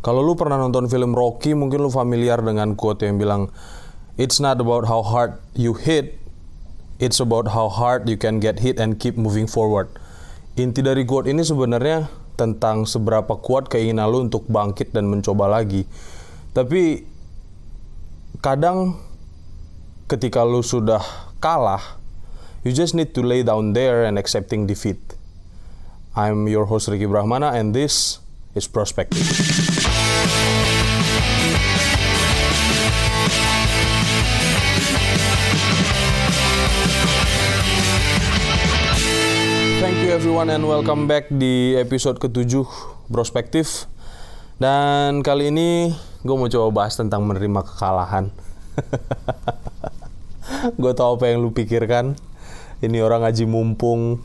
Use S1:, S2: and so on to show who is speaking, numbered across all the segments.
S1: Kalau lu pernah nonton film Rocky, mungkin lu familiar dengan quote yang bilang, "It's not about how hard you hit, it's about how hard you can get hit and keep moving forward." Inti dari quote ini sebenarnya tentang seberapa kuat keinginan lu untuk bangkit dan mencoba lagi. Tapi kadang ketika lu sudah kalah, you just need to lay down there and accepting defeat. I'm your host Ricky Brahmana and this is Prospective. Thank you everyone and welcome back di episode ke-7 Prospective. Dan kali ini gue mau coba bahas tentang menerima kekalahan. Gue tahu apa yang lu pikirkan. Ini orang ngaji mumpung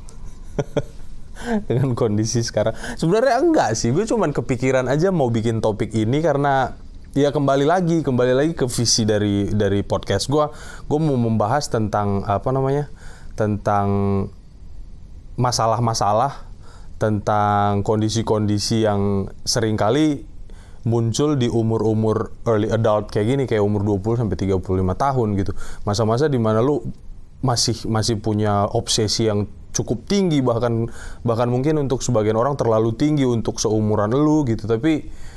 S1: dengan kondisi sekarang. Sebenarnya enggak sih, gue cuman kepikiran aja mau bikin topik ini karena ya kembali lagi ke visi dari podcast gue. Gue mau membahas tentang tentang masalah-masalah, tentang kondisi-kondisi yang seringkali muncul di umur-umur early adult kayak gini, kayak umur 20 sampai 35 tahun gitu. Masa-masa di mana lu masih punya obsesi yang cukup tinggi, bahkan mungkin untuk sebagian orang terlalu tinggi untuk seumuran lu gitu. Tapi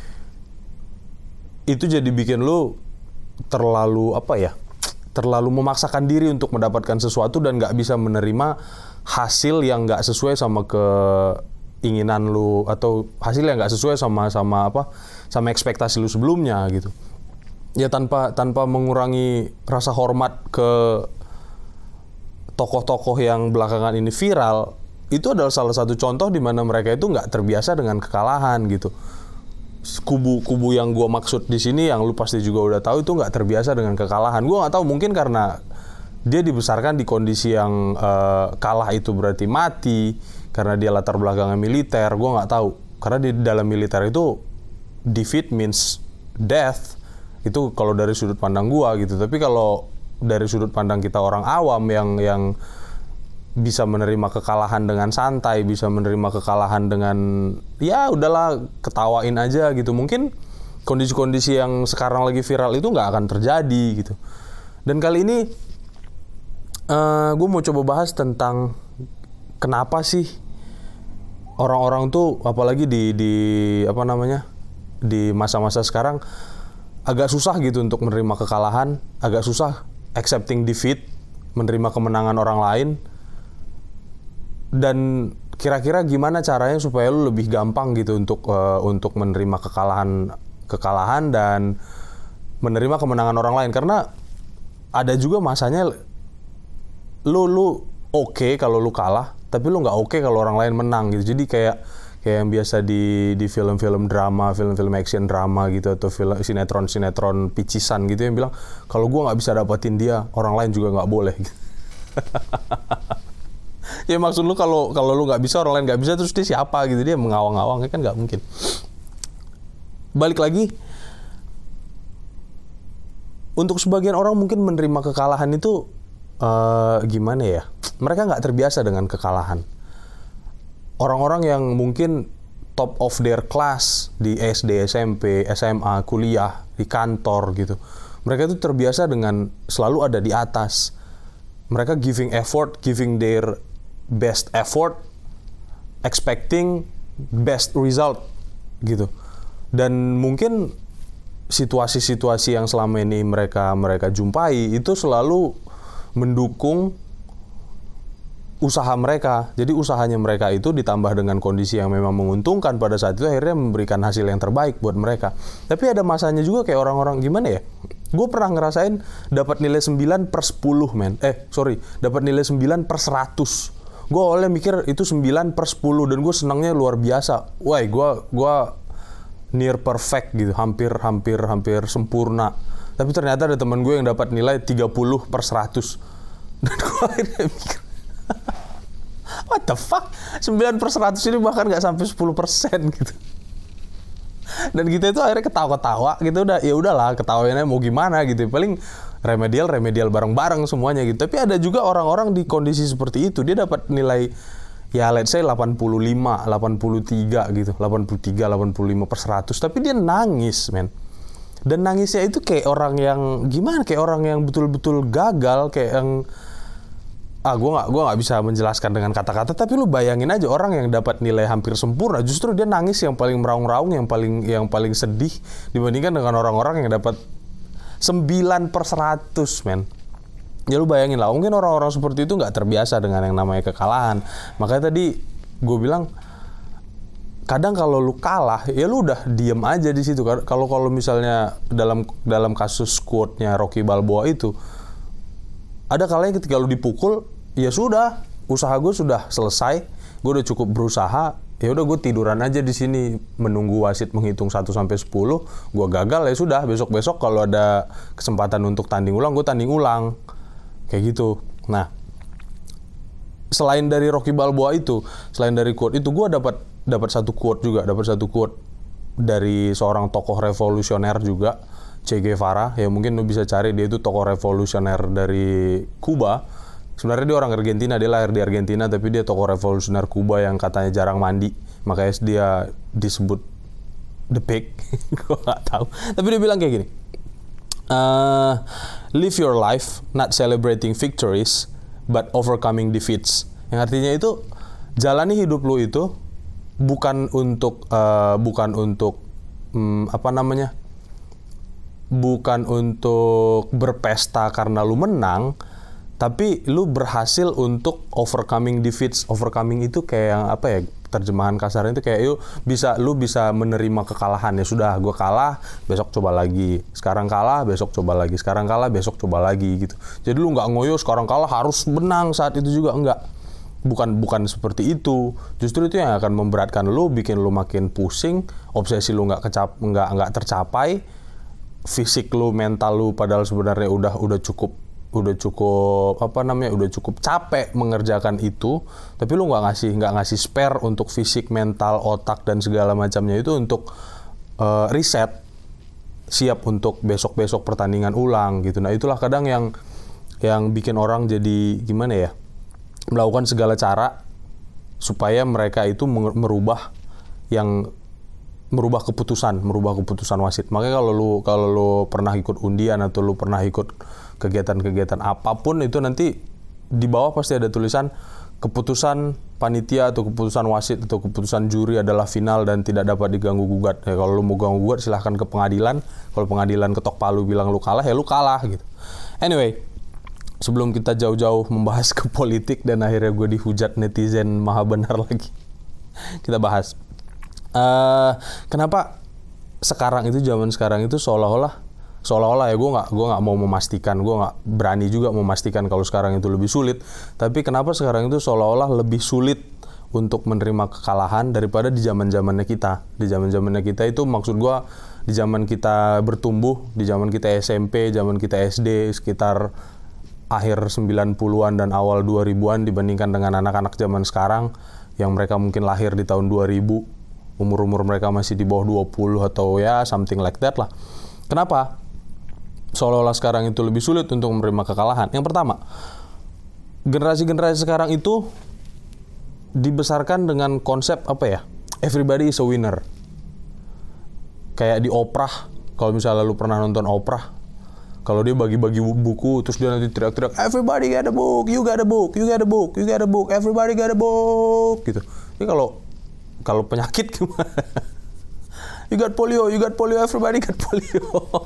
S1: itu jadi bikin lu terlalu memaksakan diri untuk mendapatkan sesuatu dan nggak bisa menerima hasil yang nggak sesuai sama keinginan lu, atau hasil yang nggak sesuai sama ekspektasi lu sebelumnya gitu. Ya tanpa mengurangi rasa hormat ke tokoh-tokoh yang belakangan ini viral, itu adalah salah satu contoh di mana mereka itu nggak terbiasa dengan kekalahan gitu. Kubu yang gue maksud di sini, yang lu pasti juga udah tahu, itu nggak terbiasa dengan kekalahan. Gue nggak tahu, mungkin karena dia dibesarkan di kondisi yang kalah itu berarti mati, karena dia latar belakangnya militer. Gue nggak tahu, karena di dalam militer itu defeat means death. Itu kalau dari sudut pandang gue gitu. Tapi kalau dari sudut pandang kita orang awam yang bisa menerima kekalahan dengan santai, bisa menerima kekalahan dengan ya udahlah, ketawain aja gitu. Mungkin kondisi-kondisi yang sekarang lagi viral itu nggak akan terjadi gitu. Dan kali ini gue mau coba bahas tentang kenapa sih orang-orang tuh, apalagi di masa-masa sekarang, agak susah gitu untuk menerima kekalahan, agak susah accepting defeat, menerima kemenangan orang lain. Dan kira-kira gimana caranya supaya lu lebih gampang gitu untuk menerima kekalahan dan menerima kemenangan orang lain. Karena ada juga masanya lu oke kalau lu kalah, tapi lu nggak oke kalau orang lain menang gitu. Jadi kayak yang biasa di film-film drama, film-film action drama gitu, atau sinetron picisan gitu yang bilang, kalau gua nggak bisa dapetin dia, orang lain juga nggak boleh gitu. Ya maksud lu kalau lu nggak bisa, orang lain nggak bisa, terus dia siapa gitu, dia mengawang-awang, kan nggak mungkin. Balik lagi, untuk sebagian orang mungkin menerima kekalahan itu gimana ya? Mereka nggak terbiasa dengan kekalahan. Orang-orang yang mungkin top of their class di SD, SMP, SMA, kuliah, di kantor gitu, mereka itu terbiasa dengan selalu ada di atas. Mereka giving their best effort, expecting best result gitu. Dan mungkin situasi-situasi yang selama ini mereka jumpai itu selalu mendukung usaha mereka. Jadi usahanya mereka itu ditambah dengan kondisi yang memang menguntungkan pada saat itu, akhirnya memberikan hasil yang terbaik buat mereka. Tapi ada masanya juga kayak orang-orang, gimana ya? Gue pernah ngerasain dapat nilai 9/10 men. Dapat nilai 9/100. Gue awalnya mikir itu 9/10 dan gue senangnya luar biasa. Wah, gue near perfect gitu, hampir sempurna. Tapi ternyata ada teman gue yang dapat nilai 30/100. Dan gue akhirnya mikir, what the fuck? 9/100 ini bahkan gak sampai 10% gitu. Dan kita itu akhirnya ketawa-ketawa gitu, ya udahlah, ketawainnya mau gimana gitu. Paling remedial bareng-bareng semuanya gitu. Tapi ada juga orang-orang di kondisi seperti itu, dia dapat nilai ya let's say 85, 83 gitu, 83, 85 per 100, tapi dia nangis, men. Dan nangisnya itu kayak orang yang gimana? Kayak orang yang betul-betul gagal, kayak yang gua nggak bisa menjelaskan dengan kata-kata, tapi lu bayangin aja orang yang dapat nilai hampir sempurna, justru dia nangis yang paling meraung-raung, yang paling sedih dibandingkan dengan orang-orang yang dapat 9 per 100, men. Ya lu bayangin lah, mungkin orang-orang seperti itu nggak terbiasa dengan yang namanya kekalahan. Makanya tadi gue bilang, kadang kalau lu kalah, ya lu udah diem aja di situ. Kalau misalnya dalam kasus quote-nya Rocky Balboa itu, ada kalanya ketika lu dipukul, ya sudah, usaha gue sudah selesai, gue udah cukup berusaha, ya udah gue tiduran aja di sini menunggu wasit menghitung 1 sampai 10, gue gagal ya sudah, besok-besok kalau ada kesempatan untuk tanding ulang, gue tanding ulang. Kayak gitu. Nah, selain dari Rocky Balboa itu, selain dari quote itu, gue dapat satu quote dari seorang tokoh revolusioner juga, Che Guevara. Ya mungkin lu bisa cari, dia itu tokoh revolusioner dari Kuba. Sebenarnya dia orang Argentina, dia lahir di Argentina, tapi dia tokoh revolusioner Kuba yang katanya jarang mandi, makanya dia disebut The Pig. Gue nggak tahu. Tapi dia bilang kayak gini. Live your life not celebrating victories but overcoming defeats. Yang artinya itu, jalani hidup lu itu bukan untuk bukan untuk berpesta karena lu menang, tapi lu berhasil untuk overcoming defeats. Overcoming itu kayak yang apa ya, terjemahan kasarnya itu kayak lu bisa menerima kekalahan. Ya sudah, gue kalah, besok coba lagi. Sekarang kalah, besok coba lagi. Sekarang kalah, besok coba lagi gitu. Jadi lu nggak ngoyo sekarang kalah harus menang saat itu juga, enggak. Bukan seperti itu. Justru itu yang akan memberatkan lu, bikin lu makin pusing, obsesi lu nggak tercapai, fisik lu, mental lu padahal sebenarnya udah cukup capek mengerjakan itu, tapi lu nggak ngasih spare untuk fisik, mental, otak dan segala macamnya itu untuk reset, siap untuk besok pertandingan ulang gitu. Nah itulah kadang yang bikin orang jadi gimana ya, melakukan segala cara supaya mereka itu merubah keputusan wasit. Makanya kalau lu pernah ikut undian atau lu pernah ikut kegiatan-kegiatan apapun itu, nanti di bawah pasti ada tulisan keputusan panitia atau keputusan wasit atau keputusan juri adalah final dan tidak dapat diganggu gugat. Ya kalau lu mau ganggu gugat silahkan ke pengadilan. Kalau pengadilan ketok palu bilang lu kalah, ya lu kalah gitu. Anyway, sebelum kita jauh-jauh membahas ke politik dan akhirnya gue dihujat netizen maha benar lagi, kita bahas kenapa zaman sekarang itu seolah-olah ya, gue nggak mau memastikan, gue nggak berani juga memastikan kalau sekarang itu lebih sulit, tapi kenapa sekarang itu seolah-olah lebih sulit untuk menerima kekalahan daripada di zaman-zamannya kita. Di zaman-zamannya kita itu maksud gue, di zaman kita bertumbuh, di zaman kita SMP, zaman kita SD, sekitar akhir 90-an dan awal 2000-an dibandingkan dengan anak-anak zaman sekarang yang mereka mungkin lahir di tahun 2000, umur mereka masih di bawah 20 atau ya something like that lah. Kenapa seolah-olah sekarang itu lebih sulit untuk menerima kekalahan? Yang pertama, generasi-generasi sekarang itu dibesarkan dengan konsep apa ya, everybody is a winner. Kayak di Oprah, kalau misalnya lu pernah nonton Oprah, kalau dia bagi-bagi buku terus dia nanti teriak-teriak, everybody get a book, you get a book, you get a book, you get a book, everybody get a book gitu. Jadi kalau penyakit gimana? You got polio, everybody got polio.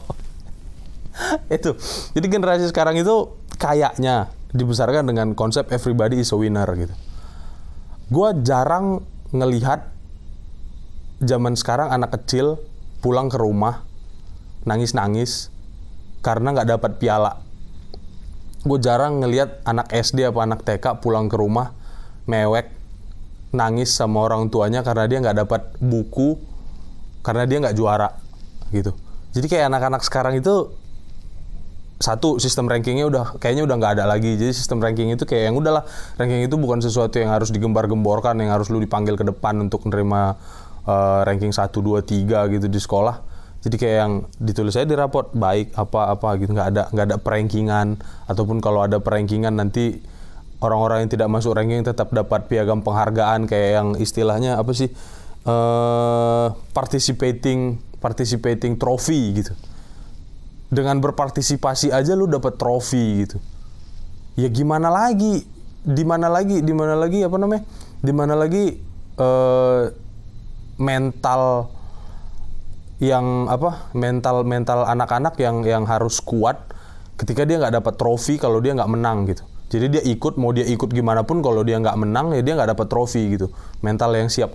S1: Itu. Jadi generasi sekarang itu kayaknya dibesarkan dengan konsep everybody is a winner gitu. Gua jarang ngelihat zaman sekarang anak kecil pulang ke rumah nangis-nangis karena nggak dapat piala. Gue jarang ngelihat anak SD apa anak TK pulang ke rumah mewek nangis sama orang tuanya karena dia nggak dapat buku, karena dia nggak juara gitu. Jadi kayak anak-anak sekarang itu, satu, sistem rankingnya kayaknya udah nggak ada lagi. Jadi sistem ranking itu kayak yang udahlah, ranking itu bukan sesuatu yang harus digembar-gemborkan, yang harus lu dipanggil ke depan untuk menerima ranking 1, 2, 3 gitu di sekolah. Jadi kayak yang ditulis aja di raport baik apa gitu, nggak ada perankingan, ataupun kalau ada perankingan nanti orang-orang yang tidak masuk ranking tetap dapat piagam penghargaan kayak yang istilahnya apa sih, participating trophy gitu. Dengan berpartisipasi aja lu dapat trofi gitu. Ya gimana lagi? Di mana lagi mental anak-anak yang harus kuat ketika dia nggak dapat trofi kalau dia nggak menang gitu. Jadi dia mau dia ikut gimana pun kalau dia nggak menang ya dia nggak dapat trofi gitu. Mental siap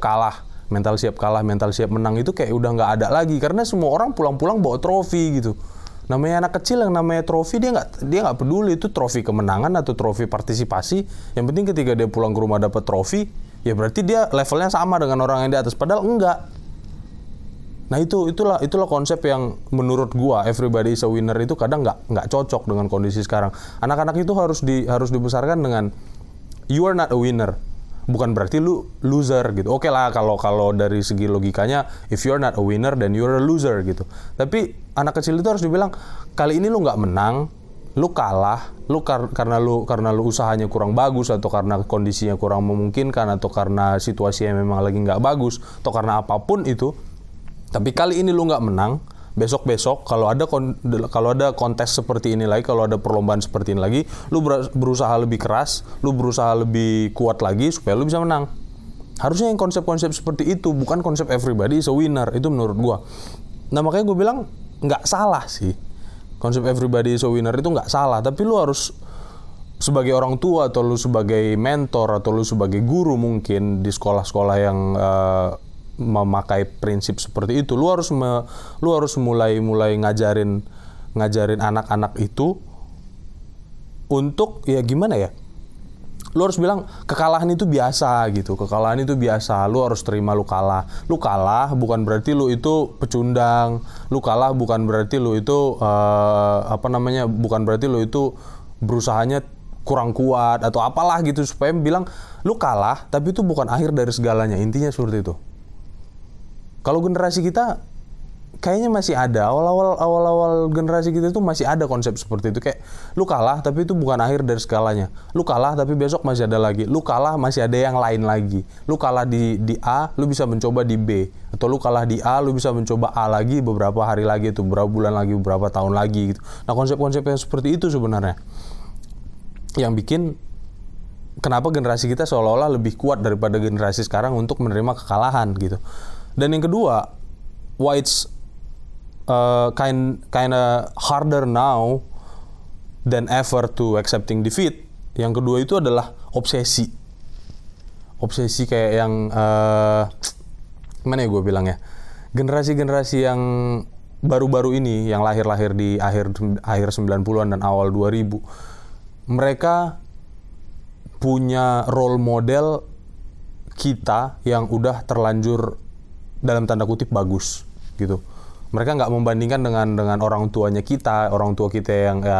S1: menang itu kayak udah nggak ada lagi karena semua orang pulang-pulang bawa trofi gitu. Namanya anak kecil yang namanya trofi dia nggak peduli itu trofi kemenangan atau trofi partisipasi. Yang penting ketika dia pulang ke rumah dapat trofi, ya berarti dia levelnya sama dengan orang yang di atas. Padahal enggak. Nah itulah konsep yang menurut gua everybody is a winner itu kadang nggak cocok dengan kondisi sekarang. Anak-anak itu harus dibesarkan dengan you are not a winner. Bukan berarti lu loser gitu. Oke lah kalau dari segi logikanya if you're not a winner then you're a loser gitu. Tapi anak kecil itu harus dibilang kali ini lu nggak menang, lu kalah, karena lu usahanya kurang bagus atau karena kondisinya kurang memungkinkan atau karena situasinya memang lagi nggak bagus atau karena apapun itu. Tapi kali ini lu nggak menang, besok kalau ada kontes seperti ini lagi, kalau ada perlombaan seperti ini lagi, lu berusaha lebih keras, lu berusaha lebih kuat lagi supaya lu bisa menang. Harusnya yang konsep-konsep seperti itu, bukan konsep everybody is a winner. Itu menurut gua. Nah makanya gue bilang nggak salah sih. Konsep everybody is a winner itu nggak salah, tapi lu harus sebagai orang tua atau lu sebagai mentor atau lu sebagai guru mungkin di sekolah-sekolah yang memakai prinsip seperti itu, lu harus mulai ngajarin anak-anak itu untuk ya gimana ya, lu harus bilang kekalahan itu biasa gitu, lu harus terima lu kalah bukan berarti lu itu pecundang, lu kalah bukan berarti lu itu bukan berarti lu itu berusahanya kurang kuat atau apalah gitu, supaya bilang lu kalah tapi itu bukan akhir dari segalanya, intinya seperti itu. Kalau generasi kita kayaknya masih ada, awal-awal generasi kita itu masih ada konsep seperti itu, kayak lu kalah tapi itu bukan akhir dari segalanya. Lu kalah tapi besok masih ada lagi. Lu kalah masih ada yang lain lagi. Lu kalah di A, lu bisa mencoba di B. Atau lu kalah di A, lu bisa mencoba A lagi beberapa hari lagi, itu beberapa bulan lagi, beberapa tahun lagi gitu. Nah, konsep-konsep yang seperti itu sebenarnya yang bikin kenapa generasi kita seolah-olah lebih kuat daripada generasi sekarang untuk menerima kekalahan gitu. Dan yang kedua, why it's kinda harder now than ever to accepting defeat. Yang kedua itu adalah obsesi. Obsesi kayak yang gimana ya gue bilang ya? Generasi-generasi yang baru-baru ini yang lahir-lahir di akhir 90-an dan awal 2000. Mereka punya role model kita yang udah terlanjur dalam tanda kutip bagus gitu. Mereka nggak membandingkan dengan orang tuanya kita, orang tua kita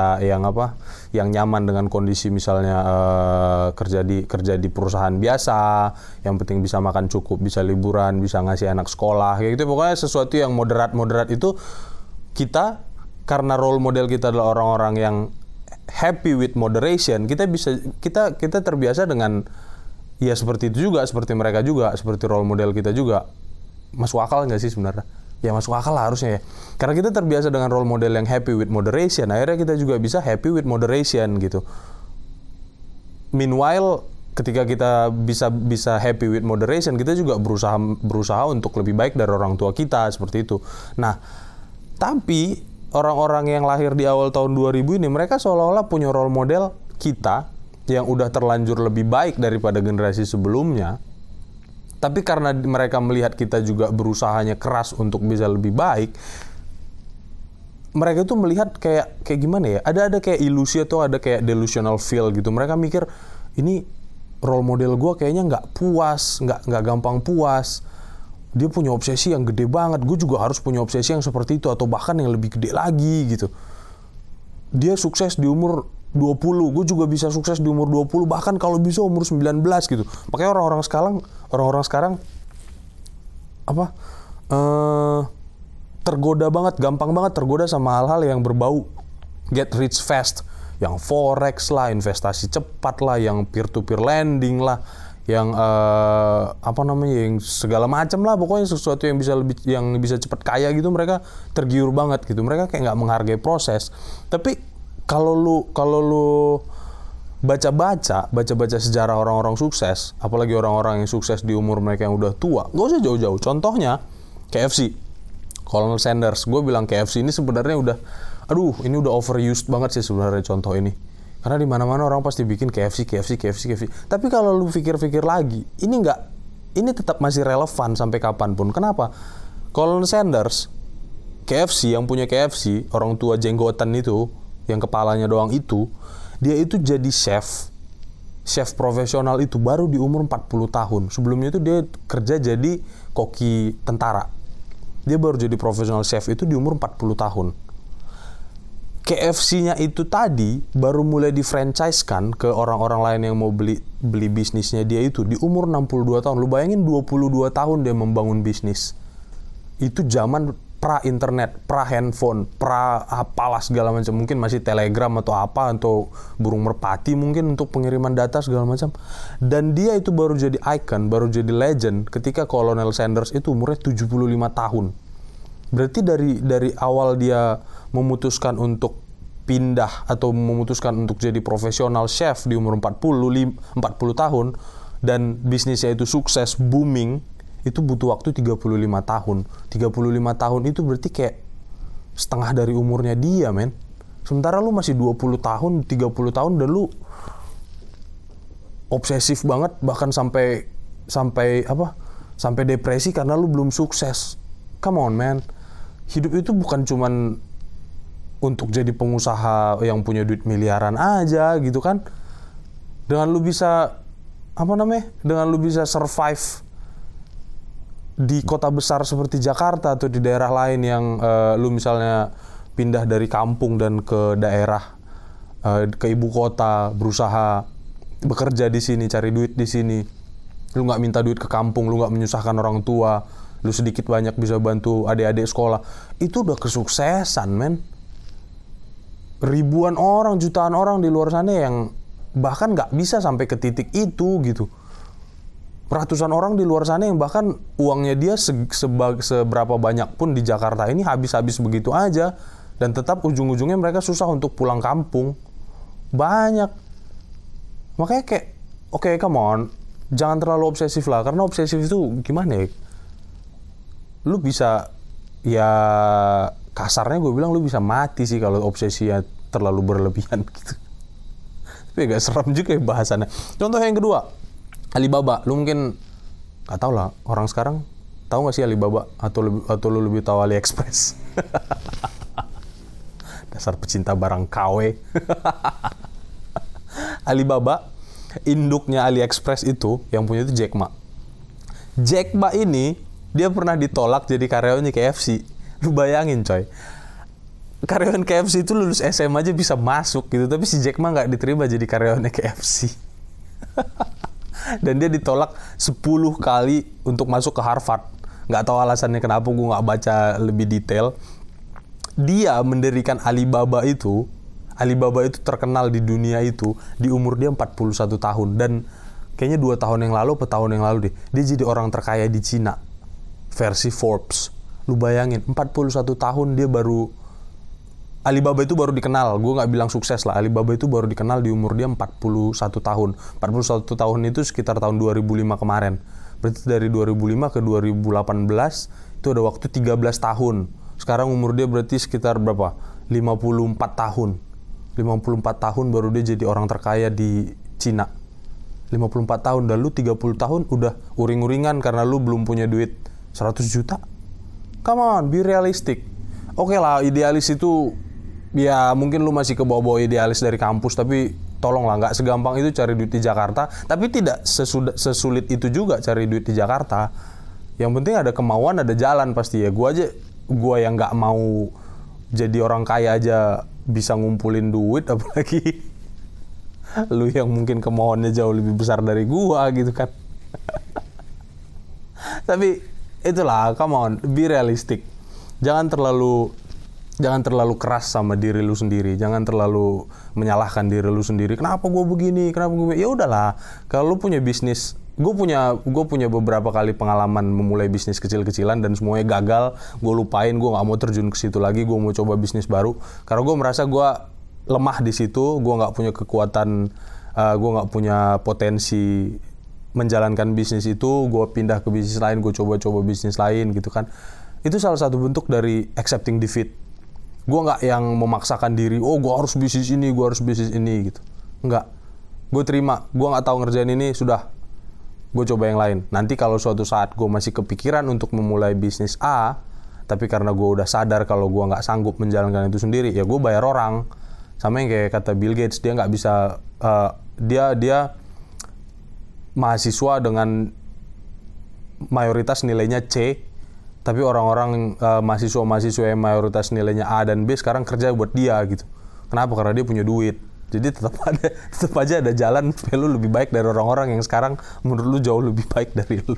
S1: yang nyaman dengan kondisi misalnya kerja di perusahaan biasa, yang penting bisa makan cukup, bisa liburan, bisa ngasih anak sekolah, kayak gitu. Pokoknya sesuatu yang moderat itu kita, karena role model kita adalah orang-orang yang happy with moderation, kita terbiasa dengan ya seperti itu juga, seperti mereka juga, seperti role model kita juga. Masuk akal nggak sih sebenarnya? Ya masuk akal lah harusnya ya. Karena kita terbiasa dengan role model yang happy with moderation, akhirnya kita juga bisa happy with moderation gitu. Meanwhile, ketika kita bisa happy with moderation, kita juga berusaha untuk lebih baik dari orang tua kita, seperti itu. Nah, tapi orang-orang yang lahir di awal tahun 2000 ini, mereka seolah-olah punya role model kita yang udah terlanjur lebih baik daripada generasi sebelumnya. Tapi karena mereka melihat kita juga berusahanya keras untuk bisa lebih baik, mereka tuh melihat kayak gimana ya? Ada kayak ilusi atau ada kayak delusional feel gitu. Mereka mikir ini role model gue kayaknya nggak puas, nggak gampang puas. Dia punya obsesi yang gede banget. Gue juga harus punya obsesi yang seperti itu atau bahkan yang lebih gede lagi gitu. Dia sukses di umur 20, gue juga bisa sukses di umur 20, bahkan kalau bisa umur 19 gitu. Makanya orang-orang sekarang tergoda banget, gampang banget tergoda sama hal-hal yang berbau get rich fast, yang forex lah, investasi cepat lah, yang peer-to-peer lending lah, yang yang segala macam lah, pokoknya sesuatu yang bisa cepat kaya gitu, mereka tergiur banget gitu. Mereka kayak nggak menghargai proses. Tapi kalau lu baca-baca sejarah orang-orang sukses, apalagi orang-orang yang sukses di umur mereka yang udah tua, nggak usah jauh-jauh. Contohnya KFC, Colonel Sanders. Gue bilang KFC ini sebenarnya ini udah overused banget sih sebenarnya contoh ini. Karena di mana-mana orang pasti bikin KFC. Tapi kalau lu pikir-pikir lagi, ini tetap masih relevan sampai kapanpun. Kenapa? Colonel Sanders, KFC, yang punya KFC, orang tua jenggotan itu, yang kepalanya doang itu, dia itu jadi chef profesional itu baru di umur 40 tahun. Sebelumnya itu dia kerja jadi koki tentara. Dia baru jadi profesional chef itu di umur 40 tahun. KFC-nya itu tadi baru mulai di-franchise-kan ke orang-orang lain yang mau beli bisnisnya dia itu di umur 62 tahun. Lu bayangin 22 tahun dia membangun bisnis. Itu zaman pra-internet, pra-handphone, pra-apalah segala macam. Mungkin masih telegram atau apa, atau burung merpati mungkin untuk pengiriman data segala macam. Dan dia itu baru jadi icon, baru jadi legend ketika Colonel Sanders itu umurnya 75 tahun. Berarti dari awal dia memutuskan untuk pindah atau memutuskan untuk jadi profesional chef di umur 40 tahun dan bisnisnya itu sukses, booming, itu butuh waktu 35 tahun. 35 tahun itu berarti kayak setengah dari umurnya dia, men. Sementara lu masih 20 tahun, 30 tahun dan lu obsesif banget, bahkan sampai depresi karena lu belum sukses. Come on, man. Hidup itu bukan cuman untuk jadi pengusaha yang punya duit miliaran aja gitu kan. Dengan lu bisa survive di kota besar seperti Jakarta atau di daerah lain yang lu misalnya pindah dari kampung dan ke daerah ke ibu kota, berusaha bekerja di sini, cari duit di sini. Lu nggak minta duit ke kampung, lu nggak menyusahkan orang tua, lu sedikit banyak bisa bantu adik-adik sekolah. Itu udah kesuksesan, men. Ribuan orang, jutaan orang di luar sana yang bahkan nggak bisa sampai ke titik itu gitu. Ratusan orang di luar sana yang bahkan uangnya dia seberapa banyak pun di Jakarta ini habis-habis begitu aja, dan tetap ujung-ujungnya mereka susah untuk pulang kampung. Banyak. Makanya kayak oke, come on, jangan terlalu obsesif lah, karena obsesif itu gimana ya? Lu bisa, ya kasarnya gue bilang lu bisa mati sih kalau obsesinya terlalu berlebihan gitu. Tapi agak seram juga ya bahasannya. Contoh yang kedua, Alibaba. Lu mungkin gak tau lah, orang sekarang tahu gak sih Alibaba? Atau lu lebih tahu AliExpress? Dasar pecinta barang KW. Alibaba, induknya AliExpress itu, yang punya itu Jack Ma. Jack Ma ini, dia pernah ditolak jadi karyawannya KFC. Lu bayangin coy. Karyawan KFC itu lulus SMA aja bisa masuk gitu, tapi si Jack Ma nggak diterima jadi karyawannya KFC. Dan dia ditolak 10 kali untuk masuk ke Harvard. Nggak tahu alasannya kenapa, gue nggak baca lebih detail. Dia mendirikan Alibaba itu terkenal di dunia itu di umur dia 41 tahun. Dan kayaknya 2 tahun yang lalu, tahun yang lalu deh, dia jadi orang terkaya di Cina versi Forbes. Lu bayangin, 41 tahun dia baru, Alibaba itu baru dikenal, gue nggak bilang sukses lah, Alibaba itu baru dikenal di umur dia 41 tahun. 41 tahun itu sekitar tahun 2005 kemarin. Berarti dari 2005 ke 2018 itu ada waktu 13 tahun. Sekarang umur dia berarti sekitar berapa? 54 tahun. 54 tahun baru dia jadi orang terkaya di Cina. 54 tahun, dan lu 30 tahun udah uring-uringan karena lu belum punya duit 100 juta. Come on, be realistic. Oke lah, idealis itu ya mungkin lu masih ke bawah-bawah idealis dari kampus, tapi tolonglah, nggak segampang itu cari duit di Jakarta, tapi tidak sesulit itu juga cari duit di Jakarta. Yang penting ada kemauan, ada jalan pasti ya. Gua yang nggak mau jadi orang kaya aja bisa ngumpulin duit, apalagi lu yang mungkin kemauannya jauh lebih besar dari gua gitu kan. Tapi itulah, come on, be realistic. Jangan terlalu Jangan terlalu keras sama diri lu sendiri, jangan terlalu menyalahkan diri lu sendiri. Kenapa gue begini? Kenapa gue? Ya udahlah. Kalau lu punya bisnis, gue punya beberapa kali pengalaman memulai bisnis kecil-kecilan dan semuanya gagal. Gue lupain, gue nggak mau terjun ke situ lagi. Gue mau coba bisnis baru. Karena gue merasa gue lemah di situ. Gue nggak punya kekuatan, gue nggak punya potensi menjalankan bisnis itu. Gue pindah ke bisnis lain, gue coba-coba bisnis lain gitu kan. Itu salah satu bentuk dari accepting defeat. Gue nggak yang memaksakan diri, oh gue harus bisnis ini gitu. Nggak. Gue terima, gue nggak tahu ngerjain ini, sudah. Gue coba yang lain. Nanti kalau suatu saat gue masih kepikiran untuk memulai bisnis A, tapi karena gue udah sadar kalau gue nggak sanggup menjalankan itu sendiri, ya gue bayar orang. Sama yang kayak kata Bill Gates, dia nggak bisa, dia mahasiswa dengan mayoritas nilainya C, tapi orang-orang mahasiswa-mahasiswa yang mayoritas nilainya A dan B sekarang kerja buat dia gitu. Kenapa? Karena dia punya duit. Jadi tetap aja ada jalan supaya lu lebih baik dari orang-orang yang sekarang menurut lu jauh lebih baik dari lu.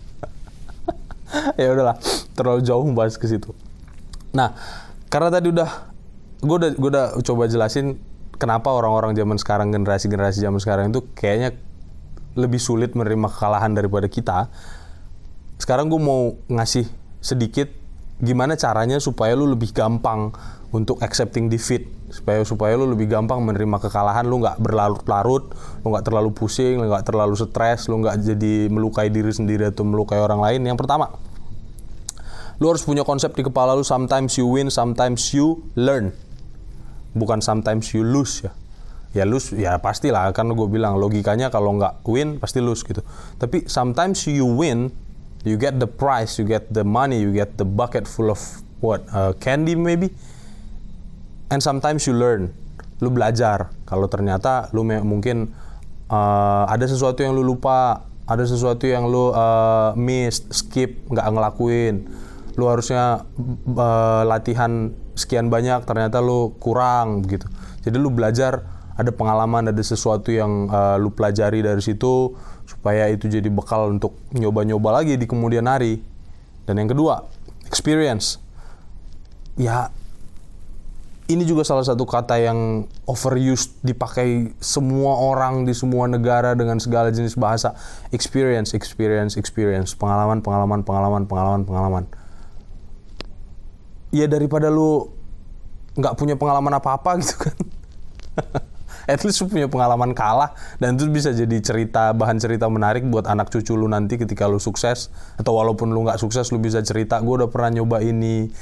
S1: Ya udahlah, terlalu jauh membahas ke situ. Nah, karena tadi gue udah coba jelasin kenapa orang-orang zaman sekarang, generasi zaman sekarang itu kayaknya lebih sulit menerima kekalahan daripada kita. Sekarang gue mau ngasih sedikit gimana caranya supaya lu lebih gampang untuk accepting defeat, supaya lu lebih gampang menerima kekalahan, lu nggak berlarut-larut, lu nggak terlalu pusing, lu nggak terlalu stres, lu nggak jadi melukai diri sendiri atau melukai orang lain. Yang pertama, lu harus punya konsep di kepala lu, sometimes you win, sometimes you learn, bukan sometimes you lose ya. Ya lose ya pastilah, kan gue bilang logikanya kalau nggak win pasti lose gitu. Tapi sometimes you win, you get the prize, you get the money, you get the bucket full of candy maybe. And sometimes you learn, lu belajar. Kalau ternyata lu mungkin ada sesuatu yang lu lupa, ada sesuatu yang lu miss, skip, nggak ngelakuin. Lu harusnya latihan sekian banyak, ternyata lu kurang begitu. Jadi lu belajar, ada pengalaman, ada sesuatu yang lu pelajari dari situ, supaya itu jadi bekal untuk nyoba-nyoba lagi di kemudian hari. Dan yang kedua, experience. Ya, ini juga salah satu kata yang overused, dipakai semua orang di semua negara dengan segala jenis bahasa. Experience. Pengalaman. Ya daripada lu nggak punya pengalaman apa-apa gitu kan. At least lu punya pengalaman kalah, dan itu bisa jadi bahan cerita menarik buat anak cucu lu nanti ketika lu sukses. Atau walaupun lu nggak sukses, lu bisa cerita, gue udah pernah nyoba ini.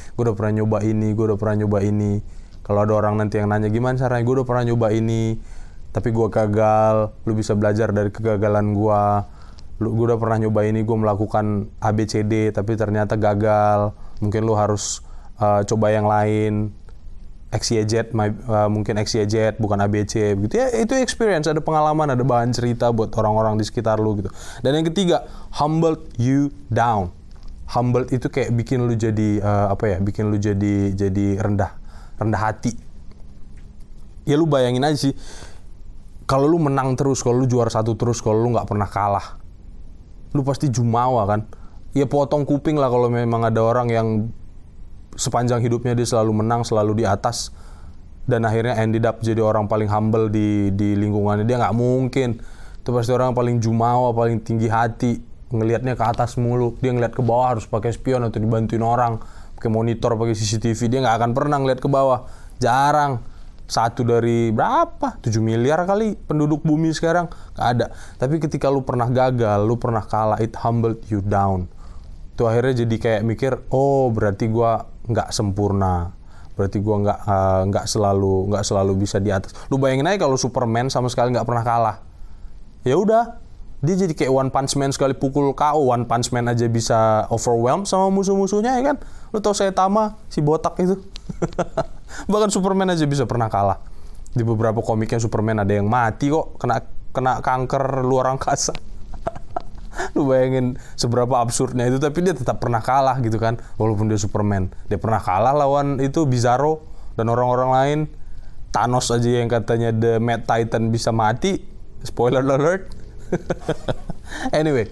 S1: Kalau ada orang nanti yang nanya gimana caranya, gue udah pernah nyoba ini, tapi gue gagal. Lu bisa belajar dari kegagalan gue. Gue udah pernah nyoba ini, gue melakukan ABCD, tapi ternyata gagal. Mungkin lu harus coba yang lain. XYZ, mungkin XYZ bukan ABC gitu ya. Itu experience, ada pengalaman, ada bahan cerita buat orang-orang di sekitar lu gitu. Dan yang ketiga, humble you down. Humble itu kayak bikin lu jadi bikin lu jadi rendah hati. Ya lu bayangin aja sih, kalau lu menang terus, kalau lu juara satu terus, kalau lu nggak pernah kalah, lu pasti jumawa kan. Ya potong kuping lah kalau memang ada orang yang sepanjang hidupnya dia selalu menang, selalu di atas, dan akhirnya ended up jadi orang paling humble di lingkungannya. Dia nggak mungkin. Itu pasti orang paling jumawa, paling tinggi hati, ngelihatnya ke atas mulu. Dia ngelihat ke bawah harus pakai spion atau dibantuin orang, pakai monitor, pakai CCTV. Dia nggak akan pernah ngelihat ke bawah. Jarang. Satu dari berapa? 7 miliar kali penduduk bumi sekarang. Nggak ada. Tapi ketika lu pernah gagal, lu pernah kalah, it humbled you down. Itu akhirnya jadi kayak mikir, oh berarti gua nggak sempurna, berarti gue nggak selalu bisa di atas. Lu bayangin aja kalau Superman sama sekali nggak pernah kalah, ya udah dia jadi kayak One Punch Man, sekali pukul KO. One Punch Man aja bisa overwhelm sama musuh-musuhnya ya kan. Lu tau Saitama, si botak itu. Bahkan Superman aja bisa pernah kalah. Di beberapa komiknya Superman ada yang mati kok, kena kanker luar angkasa. Lu bayangin seberapa absurdnya itu, tapi dia tetap pernah kalah gitu kan. Walaupun dia Superman, dia pernah kalah lawan itu Bizarro dan orang-orang lain. Thanos aja yang katanya The Mad Titan bisa mati. Spoiler alert. Anyway,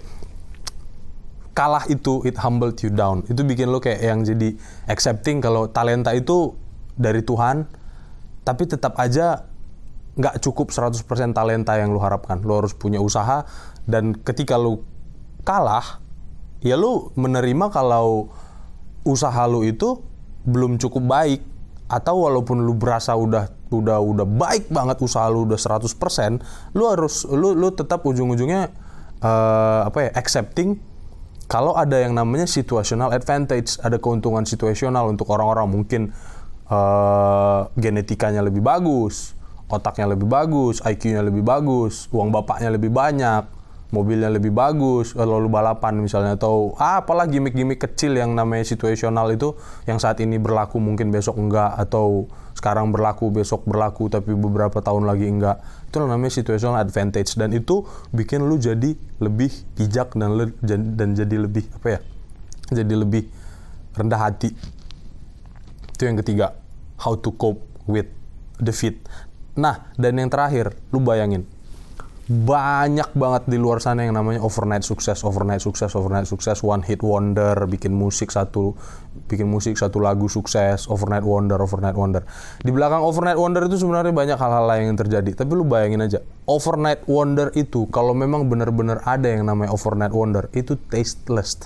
S1: kalah itu it humbled you down. Itu bikin lo kayak yang jadi accepting kalau talenta itu dari Tuhan, tapi tetap aja nggak cukup 100% talenta yang lu harapkan. Lu harus punya usaha, dan ketika lu kalah, ya lu menerima kalau usaha lu itu belum cukup baik, atau walaupun lu berasa udah baik banget, usaha lu udah 100%, lu tetap ujung-ujungnya accepting kalau ada yang namanya situational advantage, ada keuntungan situasional untuk orang-orang mungkin genetikanya lebih bagus, otaknya lebih bagus, IQ-nya lebih bagus, uang bapaknya lebih banyak, mobilnya lebih bagus, lalu balapan misalnya, atau apalah gimmick-gimmick kecil yang namanya situasional itu, yang saat ini berlaku mungkin besok enggak, atau sekarang berlaku besok berlaku tapi beberapa tahun lagi enggak. Itu namanya situational advantage, dan itu bikin lu jadi lebih bijak dan jadi lebih jadi lebih rendah hati. Itu yang ketiga, how to cope with defeat. Nah, dan yang terakhir, lu bayangin, banyak banget di luar sana yang namanya overnight sukses, one hit wonder, bikin musik satu lagu sukses, overnight wonder. Di belakang overnight wonder itu sebenarnya banyak hal-hal lain yang terjadi. Tapi lu bayangin aja, overnight wonder itu kalau memang benar-benar ada yang namanya overnight wonder, itu tasteless,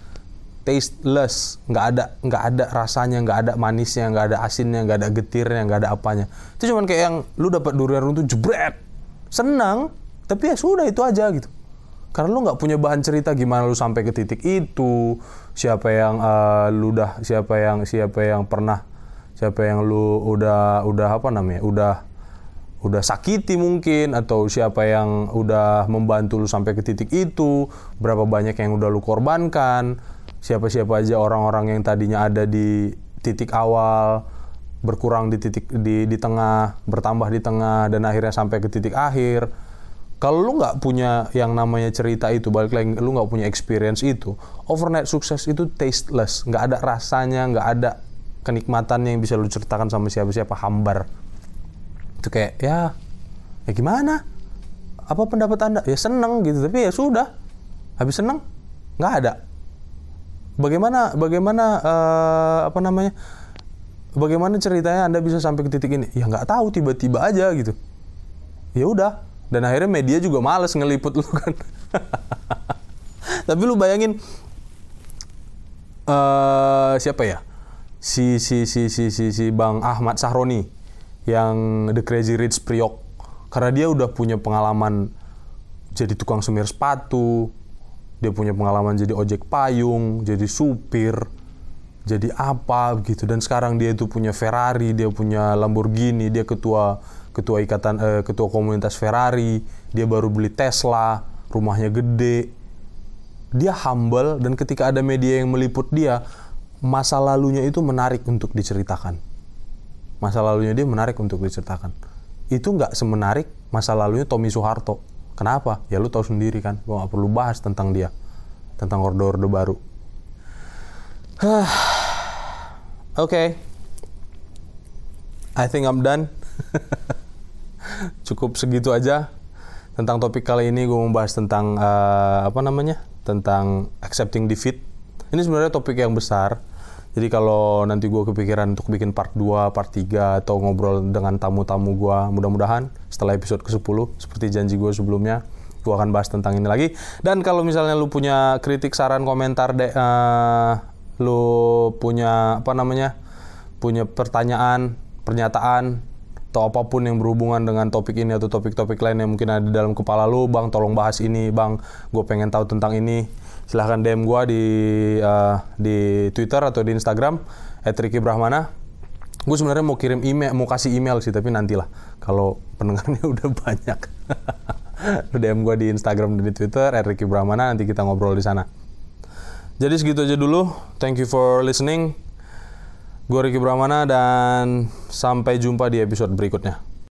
S1: nggak ada rasanya, nggak ada manisnya, nggak ada asinnya, nggak ada getirnya, nggak ada apanya. Itu cuman kayak yang lu dapat durian runtuh jebret, senang, tapi ya sudah itu aja gitu. Karena lu nggak punya bahan cerita gimana lu sampai ke titik itu, siapa yang lu udah sakiti mungkin, atau siapa yang udah membantu lu sampai ke titik itu, berapa banyak yang udah lu korbankan, siapa aja orang-orang yang tadinya ada di titik awal, berkurang di titik di tengah, bertambah di tengah, dan akhirnya sampai ke titik akhir. Kalau lu nggak punya yang namanya cerita itu, balik lagi, lu nggak punya experience itu, overnight sukses itu tasteless, nggak ada rasanya, nggak ada kenikmatannya yang bisa lu ceritakan sama siapa-siapa, hambar. Itu kayak ya gimana? Apa pendapat Anda? Ya seneng gitu, tapi ya sudah, habis seneng nggak ada. Bagaimana ceritanya Anda bisa sampai ke titik ini? Ya nggak tahu, tiba-tiba aja gitu. Ya udah. Dan akhirnya media juga males ngeliput lu kan. Tapi lu bayangin siapa ya? Si Bang Ahmad Sahroni yang The Crazy Rich Priok. Karena dia udah punya pengalaman jadi tukang semir sepatu, dia punya pengalaman jadi ojek payung, jadi supir, jadi apa gitu, dan sekarang dia itu punya Ferrari, dia punya Lamborghini, dia ketua komunitas Ferrari, dia baru beli Tesla, rumahnya gede. Dia humble, dan ketika ada media yang meliput dia, masa lalunya itu menarik untuk diceritakan. Itu nggak semenarik masa lalunya Tommy Soeharto. Kenapa? Ya lu tahu sendiri kan, gua nggak perlu bahas tentang dia, tentang orde-orde baru. Okay, I think I'm done. Cukup segitu aja tentang topik kali ini. Gue membahas tentang tentang accepting defeat. Ini sebenarnya topik yang besar. Jadi kalau nanti gue kepikiran untuk bikin part 2, part 3, atau ngobrol dengan tamu-tamu gue, mudah-mudahan setelah episode ke-10, seperti janji gue sebelumnya, gue akan bahas tentang ini lagi. Dan kalau misalnya lu punya kritik, saran, komentar, lu punya punya pertanyaan, pernyataan, atau apapun yang berhubungan dengan topik ini atau topik-topik lain yang mungkin ada di dalam kepala lu, Bang, tolong bahas ini, Bang, gue pengen tahu tentang ini, silahkan DM gue di Twitter atau di Instagram @ricky_brahmana. Gue sebenarnya mau kasih email sih, tapi nantilah kalau pendengarnya udah banyak. Lu DM gue di Instagram dan di Twitter @ricky_brahmana, nanti kita ngobrol di sana. Jadi segitu aja dulu. Thank you for listening. Gue Ricky Brahmana, dan sampai jumpa di episode berikutnya.